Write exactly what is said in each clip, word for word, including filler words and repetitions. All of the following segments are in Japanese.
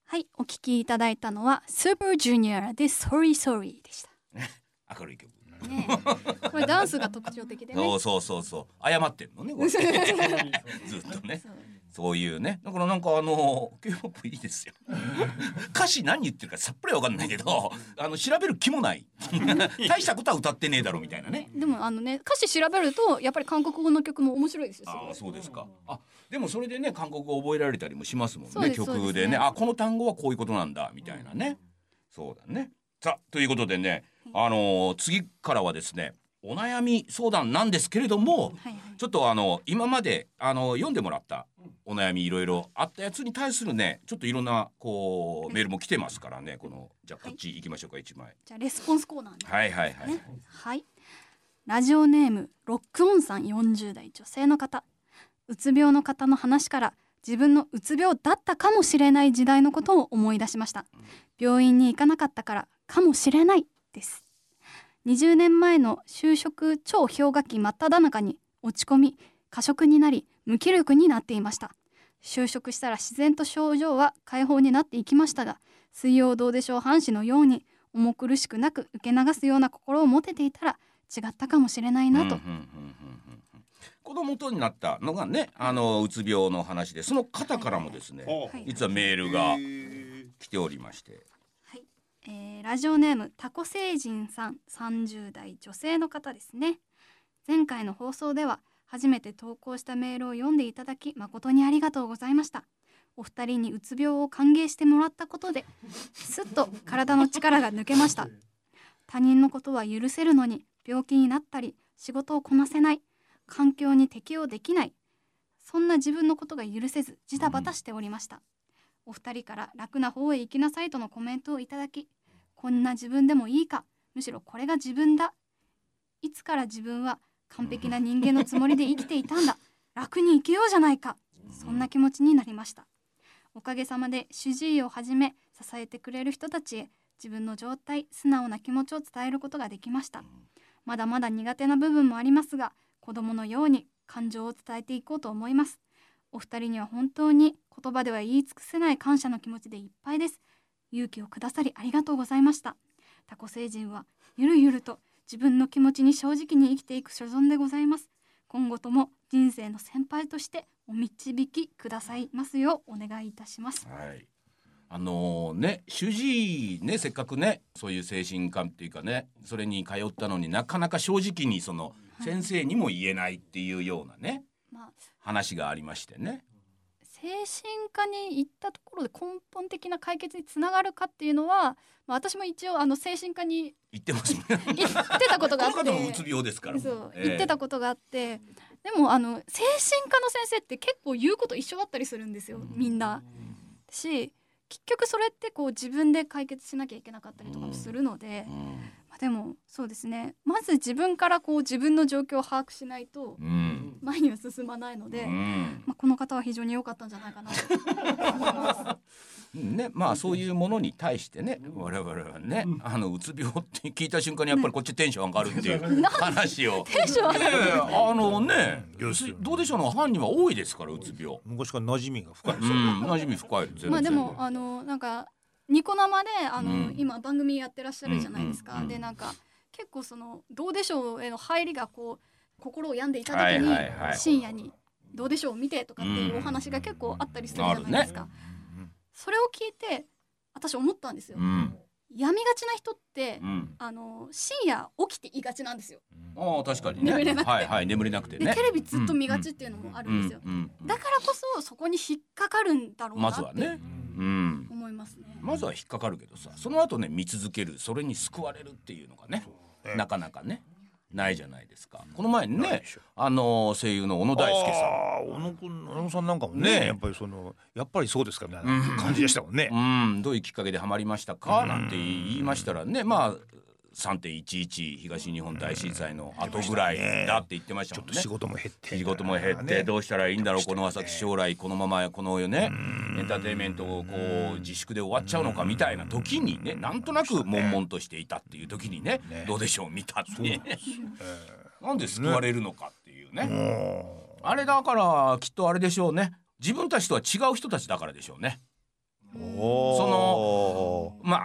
はい、お聞きいただいたのはスーパージュニアで Sorry Sorry でした明るい曲ねえ、これダンスが特徴的でね。 そうそうそうそう、謝ってんのねこれずっとね。そう、そういうね、だからなんかあの K-ポップ いいですよ歌詞何言ってるかさっぱりわかんないけど、あの調べる気もない大したことは歌ってねえだろみたいなね。 でもあのね、歌詞調べるとやっぱり韓国語の曲も面白いですよ。 ああ、そうですか。あ、でもそれでね韓国語覚えられたりもしますもんね、 そうです曲でね。 そうですね。 あ、この単語はこういうことなんだみたいなね。そうだね。さあ、ということでね、あのー次からはですね、お悩み相談なんですけれども、 はいはい、 ちょっとあの今まであの読んでもらったお悩みいろいろあったやつに対するね、ちょっといろんなこうメールも来てますからね。このじゃあこっち行きましょうか、一枚。 じゃあレスポンスコーナーに、 はいはいはい、 ね、はい。ラジオネームロックオンさん、よんじゅう代女性の方。うつ病の方の話から自分のうつ病だったかもしれない時代のことを思い出しました。病院に行かなかったからかもしれないです。にじゅうねんまえの就職超氷河期真っ只中に落ち込み、過食になり無気力になっていました。就職したら自然と症状は解放になっていきましたが、水曜どうでしょう藩士のように重苦しくなく受け流すような心を持てていたら違ったかもしれないなと。 うんうんうんうんうん、この元になったのがね、あのうつ病の話で、その方からもですね、 はい、 実はメールが来ておりまして、 はい、えー、ラジオネームタコ星人さん、さんじゅう代女性の方ですね。前回の放送では初めて投稿したメールを読んでいただき誠にありがとうございました。お二人にうつ病を歓迎してもらったことですっと体の力が抜けました。他人のことは許せるのに病気になったり仕事をこなせない、環境に適応できない、そんな自分のことが許せずジタバタしておりました。お二人から楽な方へ行きなさいとのコメントをいただき、こんな自分でもいいか、むしろこれが自分だ、いつから自分は完璧な人間のつもりで生きていたんだ、楽に生きようじゃないか、そんな気持ちになりました。おかげさまで主治医をはじめ支えてくれる人たちへ自分の状態、素直な気持ちを伝えることができました。まだまだ苦手な部分もありますが、子供のように感情を伝えていこうと思います。お二人には本当に言葉では言い尽くせない感謝の気持ちでいっぱいです。勇気をくださりありがとうございました。タコ星人はゆるゆると自分の気持ちに正直に生きていく所存でございます。今後とも人生の先輩としてお導きくださいますようお願いいたします。 はい、あのー、ね主治医ね、せっかくねそういう精神科っていうかね、それに通ったのになかなか正直にその先生にも言えないっていうようなね、はい、話がありましてね。 精神科に行ったところで根本的な解決につながるかっていうのは、まあ、私も一応あの精神科に行ってますね行ってたことがあって、 この方もうつ病ですから、 そう、 えー、 行ってたことがあって、でもあの精神科の先生って結構言うこと一緒だったりするんですよ、みんな。し結局それってこう自分で解決しなきゃいけなかったりとかもするので、うん、まあ、でもそうですね、まず自分からこう自分の状況を把握しないと前には進まないので、うん、まあ、この方は非常に良かったんじゃないかなと思いますね、まあそういうものに対してね、我々はね、あのうつ病って聞いた瞬間にやっぱりこっちテンション上がるっていう話を、 テンション上がる、 ね、あのね、どうでしょうの犯人は多いですから、うつ病昔から馴染みが深いです、 うん、馴染み深い。 まあでもあのなんかニコ生であの、うん、今番組やってらっしゃるじゃないですか、うんうんうん、でなんか結構そのどうでしょうへの入りがこう心を病んでいた時に、はいはいはい、深夜にどうでしょう見てとかっていうお話が結構あったりするじゃないですか、うんね、それを聞いて私思ったんですよ、うん、病みがちな人って、うん、あの深夜起きていがちなんですよ、 うん、あ確かにね、 眠れなくて、 はいはい、眠れなくてね、 でテレビずっと見がちっていうのもあるんですよ、うんうんうん、だからこそそこに引っかかるんだろうなって、まずはね、うん、思いますね。 まずは引っかかるけどさ、その後ね見続ける、それに救われるっていうのがね、なかなかねないじゃないですか。この前にね、あの声優の小野大輔さん、 あ小野君、小野さんなんかもね、やっぱりそのやっぱりそうですかみたいな感じでしたもんね、 うん、うん、どういうきっかけでハマりましたかなんて言いましたらね、まあさんてんいちいち 東日本大震災の後ぐらいだって言ってましたもんね。 ちょっと仕事も減って仕事も減ってどうしたらいいんだろう、この先将来このままこのねエンターテインメントをこう自粛で終わっちゃうのかみたいな時にね、なんとなく悶々としていたっていう時にね、どうでしょう見たってね、なんで救われるのかっていうね、あれだからきっとあれでしょうね、自分たちとは違う人たちだからでしょうね。そ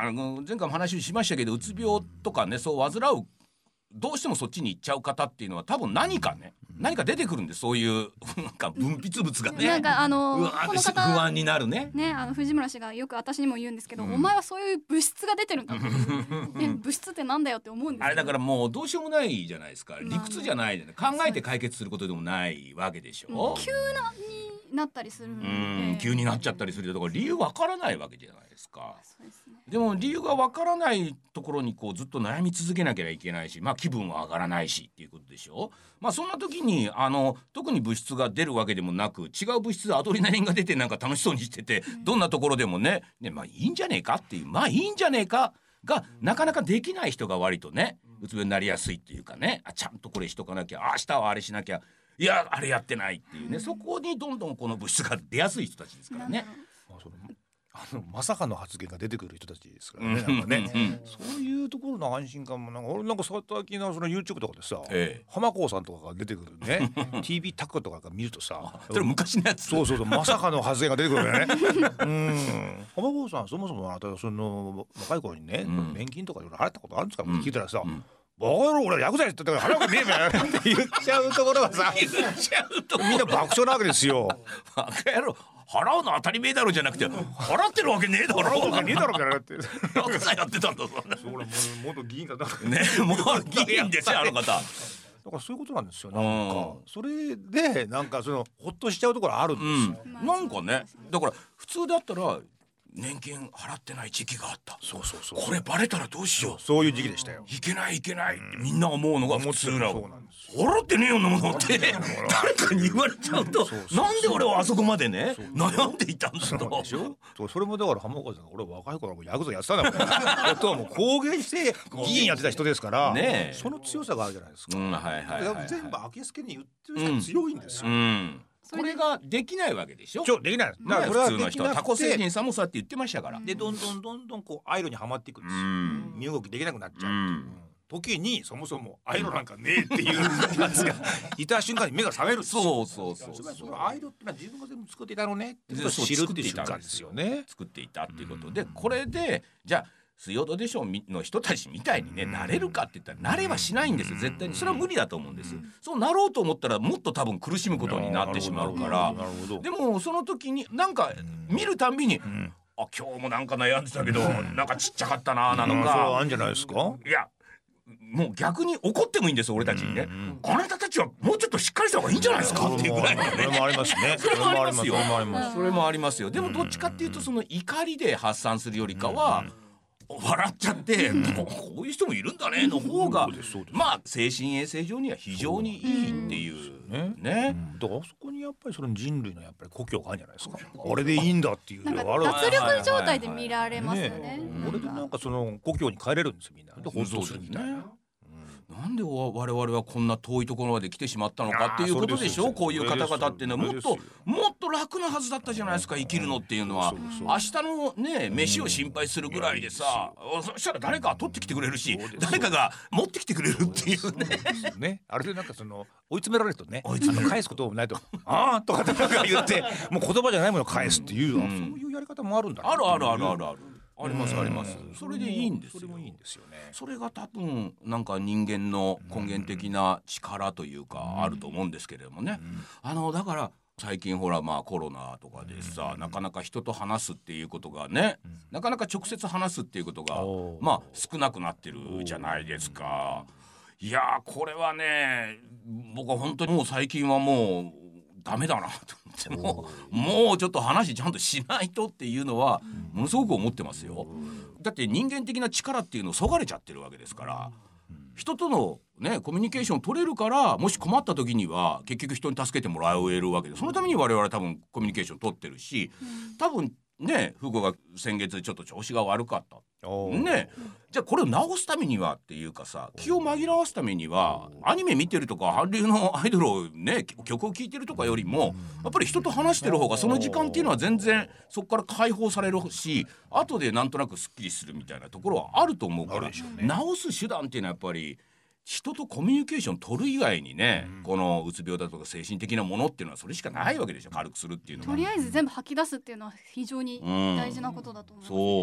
あの前回も話しましたけど、うつ病とかね、そう患うどうしてもそっちに行っちゃう方っていうのは多分何かね、何か出てくるんです、そういうなんか分泌物がね、 なんかあのうわーってこの方不安になるね。 ね、あの藤村氏がよく私にも言うんですけど、 うんお前はそういう物質が出てるんだって、ね、物質ってなんだよって思うんですけど、 あれだからもうどうしようもないじゃないですか、 まあね理屈じゃないじゃない、考えて解決することでもないわけでしょ、 うん急なになったりするので、 うん急になっちゃったりするところ理由わからないわけじゃないですか。 そうですね。 でも理由がわからないところにこうずっと悩み続けなきゃいけないし、まあ気分は上がらないしっていうことでしょ。まあそんな時にあの特に物質が出るわけでもなく、違う物質でアドレナリンが出てなんか楽しそうにしてて、 うんどんなところでもね、ね、まあいいんじゃねえかっていう、まあいいんじゃねえかがなかなかできない人が割とね、うつ病になりやすいっていうかね、あちゃんとこれしとかなきゃ、明日はあれしなきゃ、いやあれやってないっていうね、そこにどんどんこの物質が出やすい人たちですからね。 まあそのあのまさかの発言が出てくる人たちですからね、なんかね、 うんそういうところの安心感もなんか俺なんか最近のその YouTube とかでさ、 ええ浜子さんとかが出てくるねティービー タクとかが見るとさ、 それ昔のやつ。 そうそうそう、まさかの発言が出てくるよねうん浜子さん、そもそもあなたその若い頃にね、 うん年金とかいろいろ払ったことあるんですかってうん聞いたらさ、 うんバカ野郎俺はヤクザやってたから払うわけねえべって言っちゃうところがさ言っちゃうとみんな爆笑なわけですよ。 バカ野郎、払うの当たり前だろじゃなくて、払ってるわけねえだろ、 払うわけねえだろからってヤクザやってたんだぞそれもう元議員だったからね、もう議員ですよあの方。 だからそういうことなんですよ。なんかうんそれでなんかそのほっとしちゃうところあるんですよ。 うん、なんかね、だから普通だったら年金払ってない時期があった、 そうそうそう。 これバレたらどうしよう、 そういう時期でしたよ。 いけないいけないってみんな思うのが普通なの。 そうなんですよ。 払ってねえよなものって誰かに言われちゃうと、 そうそうそうなんで俺はあそこまでね悩んでいたんだそうとでしょ。そうそれもだから浜岡さんが俺若い頃はヤクザやってたんだもんことはもう公言して議員やってた人ですからねえその強さがあるじゃないですか。 うん、はいはいはいはい、 全部明けすけに言ってる人が強いんですよ。 うん、これができないわけでしょ。 ちょできないです。だからこれは普通の人はタコできなくて星人さんもそうやって言ってましたから。 でどんどんどんどんこうアイロにはまっていくんですよ。 うん身動きできなくなっちゃうっていう、 うん時にそもそもアイロなんかねえっていうやつがいた瞬間に目が覚めるんですよ。 そうそうそうつまりそそうのアイロってのは自分が全部作っていたのねってことをそう知るっていう瞬間ですよね。 作っていたっていうことで、これでじゃあ水曜どうでしょうの人たちみたいにねなれるかって言ったらなれはしないんですよ、絶対に。それは無理だと思うんです。そうなろうと思ったらもっと多分苦しむことになってしまうからなるほど。 でもその時になんか見るたんびに、あ今日もなんか悩んでたけどなんかちっちゃかったななのうんそれはあか、 るんじゃないですか。 いやもう逆に怒ってもいいんですよ俺たちにね、あなたたちはもうちょっとしっかりした方がいいんじゃないですかっていうぐらいのねそれもありますね。 それもありますよそれもあります。 それもありますよ。でもどっちかっていうとその怒りで発散するよりかは笑っちゃってもうこういう人もいるんだねの方がそうですそうですまあ精神衛生上には非常にいいっていうねね。 だからあそこにやっぱりその人類のやっぱり故郷があるんじゃないですか。あれでいいんだっていうなんかのがあるわけ脱力状態で見られますよね。 ねえこれでなんかその故郷に帰れるんですよみんな。でほっとするみたいな。 なんで我々はこんな遠いところまで来てしまったのかっていうことでしょ。こういう方々っていうのはもっともっと楽なはずだったじゃないですか、生きるのっていうのは。明日のね飯を心配するぐらいでさ、そしたら誰か取ってきてくれるし誰かが持ってきてくれるっていうね。 ね、あれでなんかその追い詰められるとね、 追い詰められるあの返すこともないとあーとかってなんか言ってもう言葉じゃないものを返すっていう、 うんそういうやり方もあるんだなあるあるあるあるるあるありますあります。それでいいんですよ。 それもいいんですよね。 それが多分なんか人間の根源的な力というかあると思うんですけれどもね、あのだから最近ほらまあコロナとかでさ、なかなか人と話すっていうことがね、なかなか直接話すっていうことがおーまあ少なくなってるじゃないですか。いやーこれはね僕は本当にもう最近はもうダメだなと思ってもうもうちょっと話ちゃんとしないとっていうのはものすごく思ってますよ。だって人間的な力っていうのをそがれちゃってるわけですから、人とのねコミュニケーション取れるからもし困った時には結局人に助けてもらえるわけで、そのために我々は多分コミュニケーション取ってるし、多分ねフーゴが先月ちょっと調子が悪かったおーね、じゃあこれを直すためにはっていうかさ、気を紛らわすためにはアニメ見てるとか韓流のアイドルをね曲を聴いてるとかよりもやっぱり人と話してる方がその時間っていうのは全然そこから解放されるし、後でなんとなくスッキリするみたいなところはあると思うから、直す手段っていうのはやっぱり人とコミュニケーション取る以外にね、うん、このうつ病だとか精神的なものっていうのはそれしかないわけでしょ。軽くするっていうのはとりあえず全部吐き出すっていうのは非常に大事なことだと思います、 うん、そう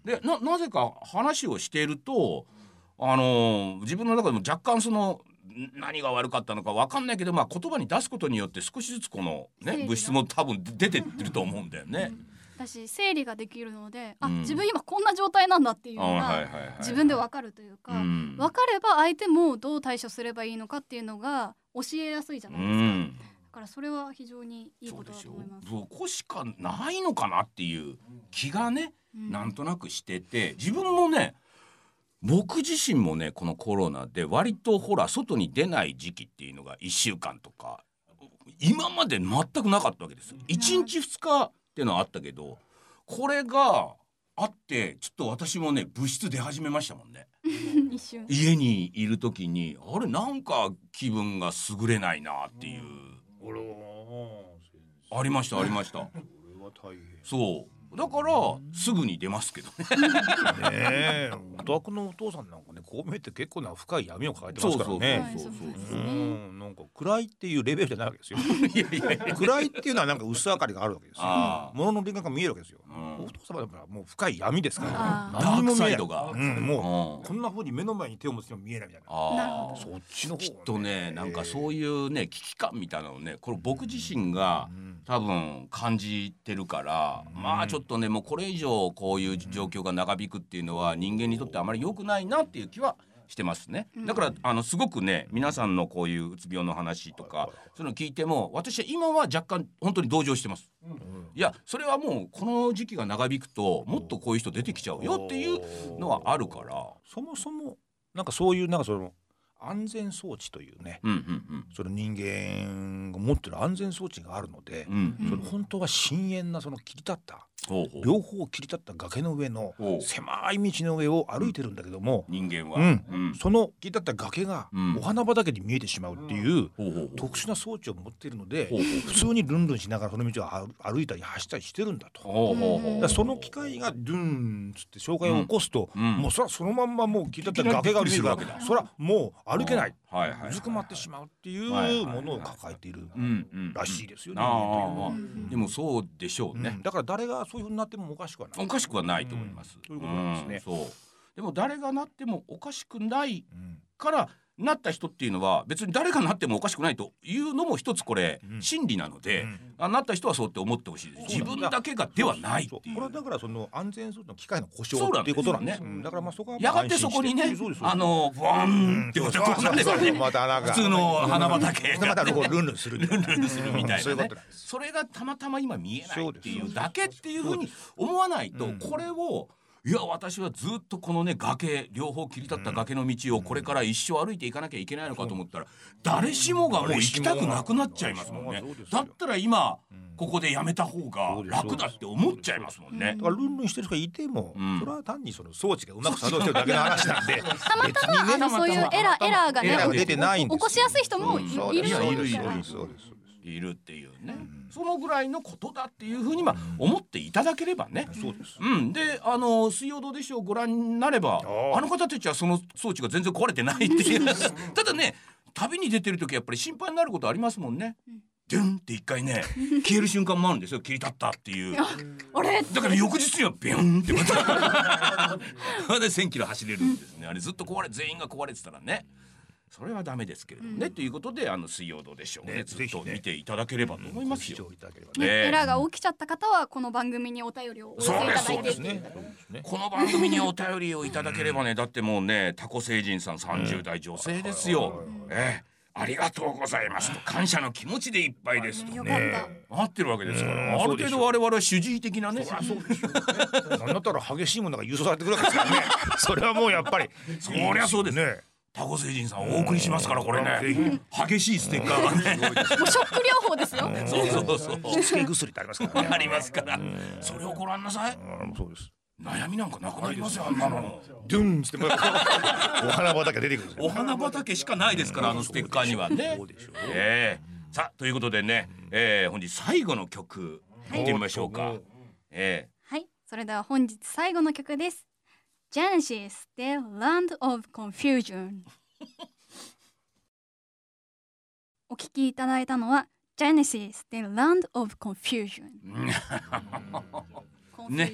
で な, なぜか話をしていると、あのー、自分の中でも若干その何が悪かったのか分かんないけど、まあ、言葉に出すことによって少しずつこの、ね、物質も多分出てってると思うんだよね。 私整理ができるので、あ、 うん、 自分今こんな状態なんだっていうのが自分で分かるというか、分かれば相手もどう対処すればいいのかっていうのが教えやすいじゃないですか、うん、だからそれは非常にいいことだと思います。 そこしかないのかなっていう気がね、うん、なんとなくしてて、自分もね、僕自身もね、このコロナで割とほら外に出ない時期っていうのがいっしゅうかんとか今まで全くなかったわけです。いちにちふつかっていうのはあったけど、これがあってちょっと私もね物質出始めましたもんね一瞬家にいる時にあれなんか気分が優れないなっていう、 うん、 ありましたありました。そうだからすぐに出ますけどね。ねえ、お宅のお父さんなんかね、こう見えて結構な深い闇を抱えてますからね。 そうそうそうそう、うん、なんか暗いっていうレベルじゃないわけですよ。いやいやいや暗いっていうのはなんか薄明かりがあるわけですよ。物の輪郭が見えるわけですよ。うん、お父様だからもう深い闇ですから。 ダークサイドが、 うん、もうこんな風に目の前に手を持つのも見えないみたいな。 あ、 そっちの方、ね、 きっとね、なんかそういうね危機感みたいなのね、これ僕自身が多分感じてるから、うん、まあちょっとね、もうこれ以上こういう状況が長引くっていうのは人間にとってあまり良くないなっていう気はしてますね。だからあのすごくね、皆さんのこういううつ病の話とかそういうの聞いても、私は今は若干本当に同情してます。いや、それはもうこの時期が長引くともっとこういう人出てきちゃうよっていうのはあるから、 そもそもなんかそういうなんかその安全装置というね、 うんうんうん、 その人間が持ってる安全装置があるので、 うんうん、 それ本当は深淵なその切り立ったほうほう両方切り立った崖の上の狭い道の上を歩いてるんだけども、 人間は、 うんうん、 その切り立った崖がお花畑に見えてしまうっていう、 うん、 特殊な装置を持っているので、 ほうほう普通にルンルンしながらその道を歩いたり走ったりしてるんだと。 ほうほうほう、 だからその機械がドゥーンつって障害を起こすと、 うんうん、 もうそれはそのまんまもう切り立った崖が見えるから、それはもう歩けない、 はいはいはい、 うずくまってしまうっていうものを抱えているらしいですよね。 でもそうでしょうね、 うん、だから誰がそういう風になってもおかしくはないおかしくはないと思います、 うん、ということなんですね、 うん、そうでも誰がなってもおかしくないから、なった人っていうのは別に誰がなってもおかしくないというのも一つこれ、うん、真理なので、うん、あなった人はそうって思ってほしいです。自分だけがではないっていう。 これはだからその安全装置の機械の故障っていうことなんですね、うん、だからまあそこはやがてそこにね、あのブワンってことになればね、普通の花畑またルンルンするルンルンするみたいなね、それがたまたま今見えないっていうだけっていうふうに思わないと、これをいや私はずっとこのね崖、両方切り立った崖の道をこれから一生歩いていかなきゃいけないのかと思ったら、誰しもがもう行きたくなくなっちゃいますもんね。だったら今ここでやめた方が楽だって思っちゃいますもんね。 だからルンルンしてる人がいても、うん、それは単にその装置がうまく作動してるだけの話なんでたまたま、ね、あのそういうエラーエラーがね、 エラーが出てないんですよ。 起こしやすい人もいるので、 いるいるいるっていうね、うん、そのぐらいのことだっていうふうにまあ思っていただければね、 そうです、 うん、であの水曜どうでしょうご覧になれば、あの方たちはその装置が全然壊れてないっていうただね、旅に出てる時やっぱり心配になることありますもんね、うん、デュンって一回ね消える瞬間もあるんですよ、切り立ったっていうあれだから翌日にはビュンってまたまだせんキロ走れるんですね。あれずっと壊れ全員が壊れてたらね、それはダメですけれどもね、うん、ということであの水曜どうでしょうね、ねずっと見ていただければと思いますよ、 うんね、エラーが起きちゃった方はこの番組にお便りをお寄せいただいて、そうですね、 この番組にお便りをいただければね、だってもうねタコ星人さんさんじゅう代女性ですよ、えーありがとうございますと感謝の気持ちでいっぱいですとね合ってるわけですから、ある程度我々は主治医的なね、 そうでしょうなんだったら激しいものが輸送されてくるわけですからねそれはもうやっぱりそりゃそうですね。タコ星人さんお送りしますから、これね激しいステッカーがねもうショック療法ですよそうそうそうしつけ薬ってありますからねありますから、それをご覧なさい。 そうです、 悩みなんかなくなりますよ、あんなのドゥンってお花畑出てくる、 お花畑しかないですから、あのステッカーにはね。えー、さあということでね、えー、本日最後の曲いってみましょうか、はいえー、はい、それでは本日最後の曲です。Genesis The Land of Confusion お聴きいただいたのは Genesis The Land of Confusion ね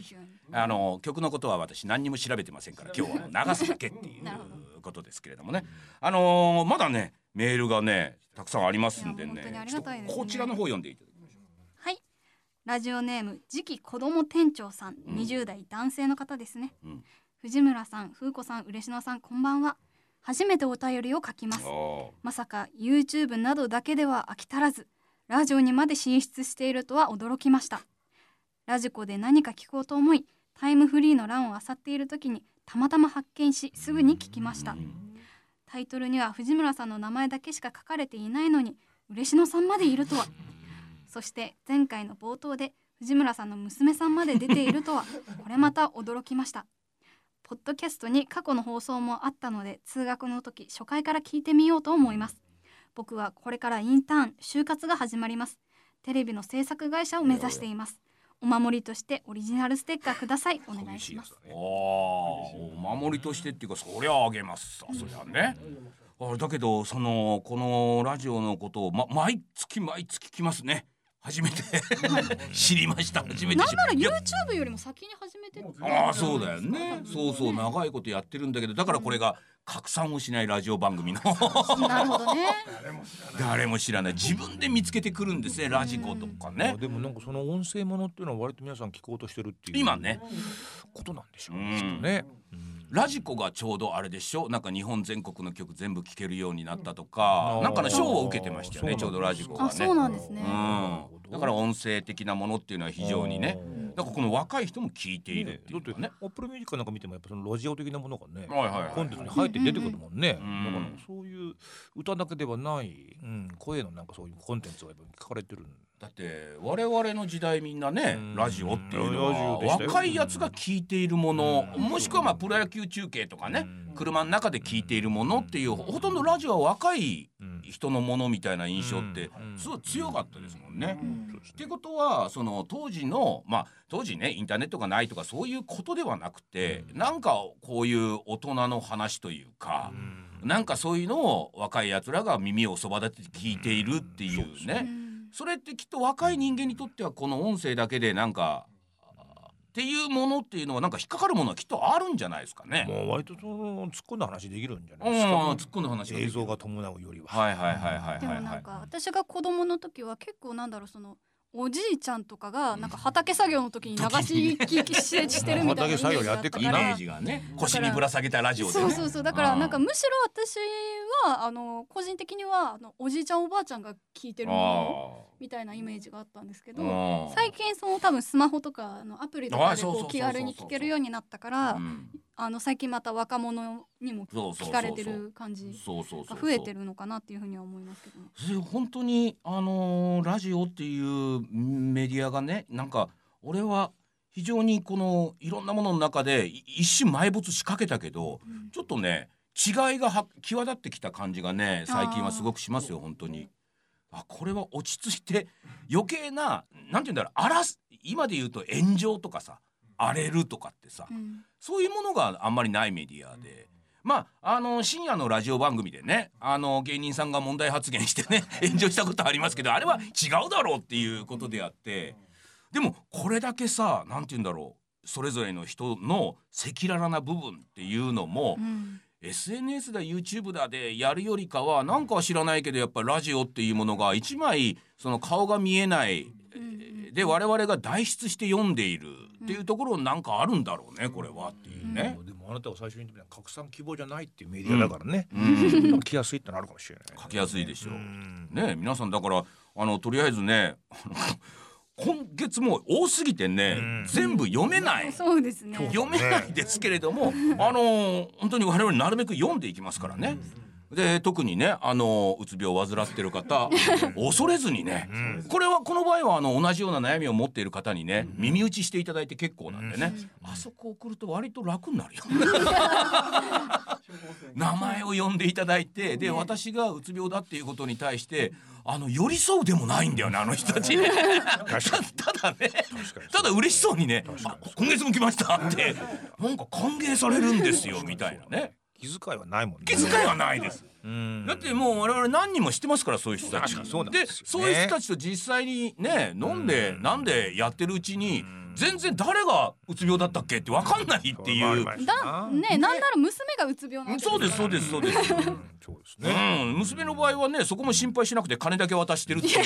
あの曲のことは私何にも調べてませんから今日は流すだけっていうことですけれどもね、あのー、まだねメールがねたくさんありますんでね、 ちょっとこちらの方読んでいただきましょう。 はい、ラジオネーム次期子ども店長さん、 うん、 にじゅう代男性の方ですね、 うん、 藤村さん、風子さん、嬉野さん、こんばんは。初めてお便りを書きます。まさか YouTube などだけでは飽き足らずラジオにまで進出しているとは驚きました。ラジコで何か聞こうと思いタイムフリーの欄を漁っている時にたまたま発見しすぐに聞きました。タイトルには藤村さんの名前だけしか書かれていないのに嬉野さんまでいるとは。そして前回の冒頭で藤村さんの娘さんまで出ているとはこれまた驚きました。ポッドキャストに過去の放送もあったので通学の時初回から聞いてみようと思います。僕はこれからインターン就活が始まります。テレビの制作会社を目指しています。お守りとしてオリジナルステッカーください。お願いします。 あ、お守りとしてっていうかそりゃあげますさ、そりゃね。あれだけどそのこのラジオのことを、ま、毎月毎月来ますね。初めて知りました。初めてなんなら YouTube よりも先に始めてる。 ああそうだよね。そうそう長いことやってるんだけどだからこれが拡散をしないラジオ番組のなるほどね。 誰も知らない自分で見つけてくるんですねラジコとかね。 でもなんかその音声ものっていうのは割と皆さん聞こうとしてるっていう今ねことなんでしょうね。 ラジコがちょうどあれでしょ、なんか日本全国の曲全部聴けるようになったとか、なんかね賞を受けてましたよねちょうどラジコがね。 あ、そうなんですね。 うん、だから音声的なものっていうのは非常にね、だからこの若い人も聴いているっていうかね。 アップルミュージックなんか見てもやっぱそのラジオ的なものがね、 はいはいはい、 コンテンツに入って出てくるもんね。だからそういう歌だけではない、うん、声のなんかそういうコンテンツがやっぱ聞かれてる。 だって我々の時代みんなねラジオっていうのは若いやつが聞いているもの、もしくはまあプロ野球中継とかね車の中で聞いているものっていうほとんどラジオは若い人のものみたいな印象ってすごい強かったですもんね。っていうことはその当時のまあ当時ねインターネットがないとかそういうことではなくて、なんかこういう大人の話というかなんかそういうのを若いやつらが耳をそば立てて聞いているっていうね。それってきっと若い人間にとってはこの音声だけでなんかっていうものっていうのはなんか引っかかるものはきっとあるんじゃないですかね。 もう割とその突っ込んだ話できるんじゃないですか。 突っ込んだ話映像が伴うよりは。 はいはいはいはいはい。 でもなんか私が子供の時は結構なんだろうそのおじいちゃんとかがなんか畑作業の時に流し聞きしてるみたいなイメージがあったから、イメージがね腰にぶら下げたラジオでね。 そうそうそう、だからなんかむしろ私はあの個人的にはあのおじいちゃんおばあちゃんが聞いてるものみたいなイメージがあったんですけど、最近その多分スマホとかのアプリとかでこう気軽に聞けるようになったから、あの最近また若者にも聞かれてる感じが増えてるのかなっていうふうには思いますけどね。 それ本当にあのー、ラジオっていうメディアがねなんか俺は非常にこのいろんなものの中で一瞬埋没しかけたけど、うん、ちょっとね違いがは際立ってきた感じがね最近はすごくしますよ本当に。あこれは落ち着いて余計ななんて言うんだろう荒らす今で言うと炎上とかさ荒れるとかってさ、うん、そういうものがあんまりないメディアで、まああの深夜のラジオ番組でねあの芸人さんが問題発言してね炎上したことありますけどあれは違うだろうっていうことであって、でもこれだけさなんて言うんだろうそれぞれの人の赤裸々な部分っていうのも、うん、エスエヌエス だ YouTube だでやるよりかはなんかは知らないけどやっぱラジオっていうものが一枚その顔が見えないで我々が代筆して読んでいるっていうところなんかあるんだろうねこれはっていうね、うん、 でもあなたが最初に言った拡散希望じゃないっていうメディアだからね、うん、書きやすいってのあるかもしれない。 書きやすいでしょう、うん、ね皆さんだからあのとりあえずね今月も多すぎてね、うん、全部読めない、 そうですね、 読めないですけれどもあの本当に我々なるべく読んでいきますからね、うん、で特にねあのうつ病を患っている方恐れずにね、うん、これはこの場合はあの同じような悩みを持っている方にね、うん、耳打ちしていただいて結構なんでね、うん、あそこ送ると割と楽になるよ名前を呼んでいただいてで、ね、私がうつ病だっていうことに対してあの寄り添うでもないんだよねあの人たちねただねただ嬉しそうにねあ今月も来ましたってなんか歓迎されるんですよみたいなね。 気遣いはないもんね。 気遣いはないです。うんだってもう我々何人も知ってますからそういう人たちそうなんで、ね、そういう人たちと実際にね飲んで、うん、なんでやってるうちに全然誰がうつ病だったっけって分かんないっていう。 だね、なんなら娘がうつ病なんそうですそうですそうです。 そうですね、 うん、娘の場合はねそこも心配しなくて金だけ渡してるっていうね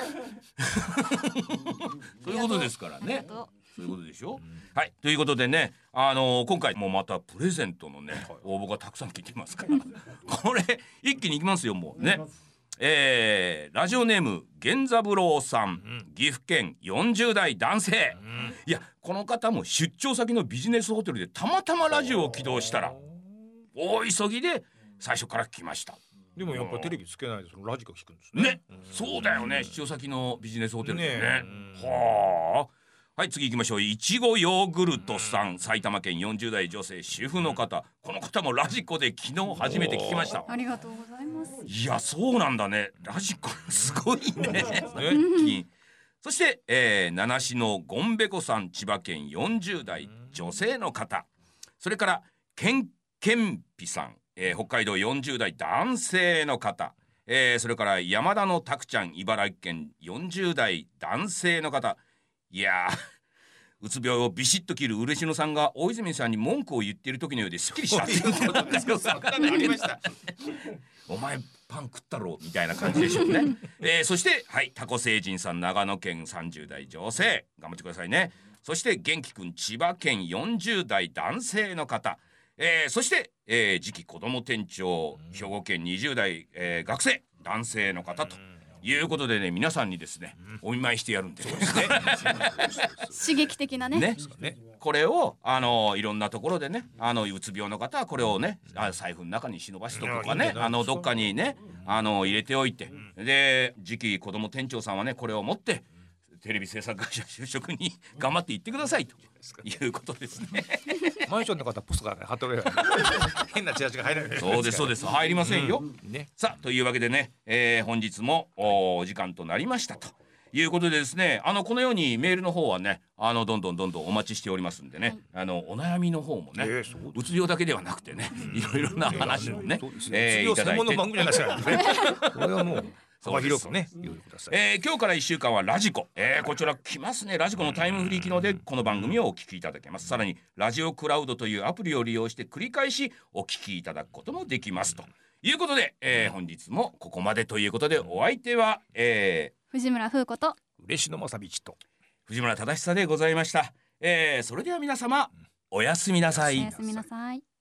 そういうことですからね。そういうことでしょ、うん、はいということでね、あのー、今回もまたプレゼントのね応募がたくさん来てますからこれ一気にいきますよもうね。えー、ラジオネーム源三郎さん、うん、岐阜県よんじゅう代男性、うん、いやこの方も出張先のビジネスホテルでたまたまラジオを起動したら大急ぎで最初から聞きました。 でもやっぱテレビつけないでそのラジコ聞くんですね。 ね、うん、そうだよね、出張先のビジネスホテルでね。ねはあ。はい次行きましょう。いちごヨーグルトさん、埼玉県よんじゅう代女性主婦の方、この方もラジコで昨日初めて聞きました。 ありがとうございます。 いやそうなんだね、ラジコすごいねそして、えー、七市のゴンベコさん、千葉県よんじゅう代女性の方、それからケンケンピさん、えー、北海道よんじゅう代男性の方、えー、それから山田のたくちゃん、茨城県よんじゅう代男性の方。いやーうつ病をビシッと切る嬉野さんが大泉さんに文句を言っている時のようですっきりしたっていうことですよ。お前パン食ったろみたいな感じでしょうね、えー、そしてはいタコ星人さん、長野県さんじゅう代女性、頑張ってくださいね。そして元気くん、千葉県よんじゅう代男性の方、えー、そして、えー、次期子ども店長、兵庫県にじゅう代、えー、学生男性の方ということでね、皆さんにですね、うん、お見舞いしてやるんで、ね、 刺激的な ね, ね, ねこれをあのいろんなところでね、あのうつ病の方はこれをね、あ財布の中に忍ばしとくとかね、あのどっかにねあの入れておいて、うん、で次期子ども店長さんはねこれを持ってテレビ制作会社就職に頑張っていってくださいということですね。 マンションの方ポストが貼っておれば変なチラシが入らない。 そうですそうです、入りませんよ、うんね、さあというわけでね、えー、本日も お, お時間となりましたということでですね、あのこのようにメールの方はね、あのどんどんどんどんお待ちしておりますんでね、はい、あのお悩みの方もね、えー、うつ病だけではなくてね、いろいろな話をね、 えー、いただいて、うつ病専門の番組じゃないですからねこれはもう幅広くね、えー、今日からいっしゅうかんはラジコ、えー、こちら来ますね。ラジコのタイムフリー機能でこの番組をお聞きいただけます。さらにラジオクラウドというアプリを利用して繰り返しお聞きいただくこともできますということで、えー、本日もここまでということで、お相手は、えー、 藤村風子と嬉野正道と藤村忠久でございました。えー、それでは皆様おやすみなさい。 おやすみなさい。